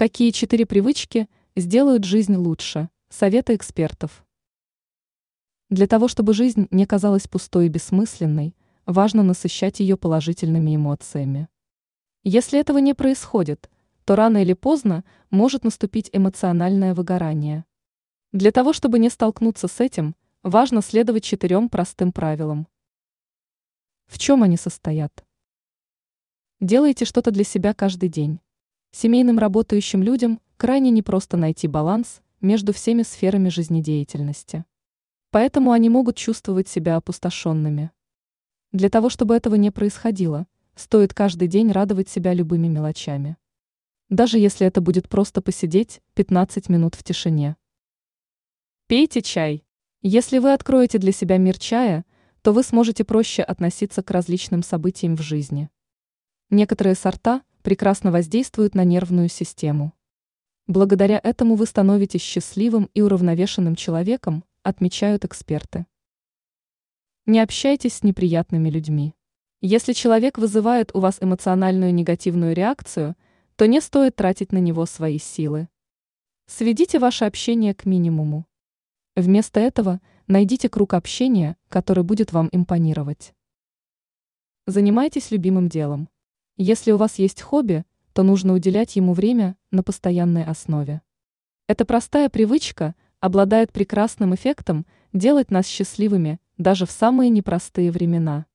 Какие 4 привычки сделают жизнь лучше? Советы экспертов. Для того, чтобы жизнь не казалась пустой и бессмысленной, важно насыщать ее положительными эмоциями. Если этого не происходит, то рано или поздно может наступить эмоциональное выгорание. Для того, чтобы не столкнуться с этим, важно следовать 4 простым правилам. В чем они состоят? Делайте что-то для себя каждый день. Семейным работающим людям крайне непросто найти баланс между всеми сферами жизнедеятельности. Поэтому они могут чувствовать себя опустошенными. Для того, чтобы этого не происходило, стоит каждый день радовать себя любыми мелочами. Даже если это будет просто посидеть 15 минут в тишине. Пейте чай. Если вы откроете для себя мир чая, то вы сможете проще относиться к различным событиям в жизни. Некоторые сорта прекрасно воздействуют на нервную систему. Благодаря этому вы становитесь счастливым и уравновешенным человеком, отмечают эксперты. Не общайтесь с неприятными людьми. Если человек вызывает у вас эмоциональную негативную реакцию, то не стоит тратить на него свои силы. Сведите ваше общение к минимуму. Вместо этого найдите круг общения, который будет вам импонировать. Занимайтесь любимым делом. Если у вас есть хобби, то нужно уделять ему время на постоянной основе. Эта простая привычка обладает прекрасным эффектом делать нас счастливыми даже в самые непростые времена.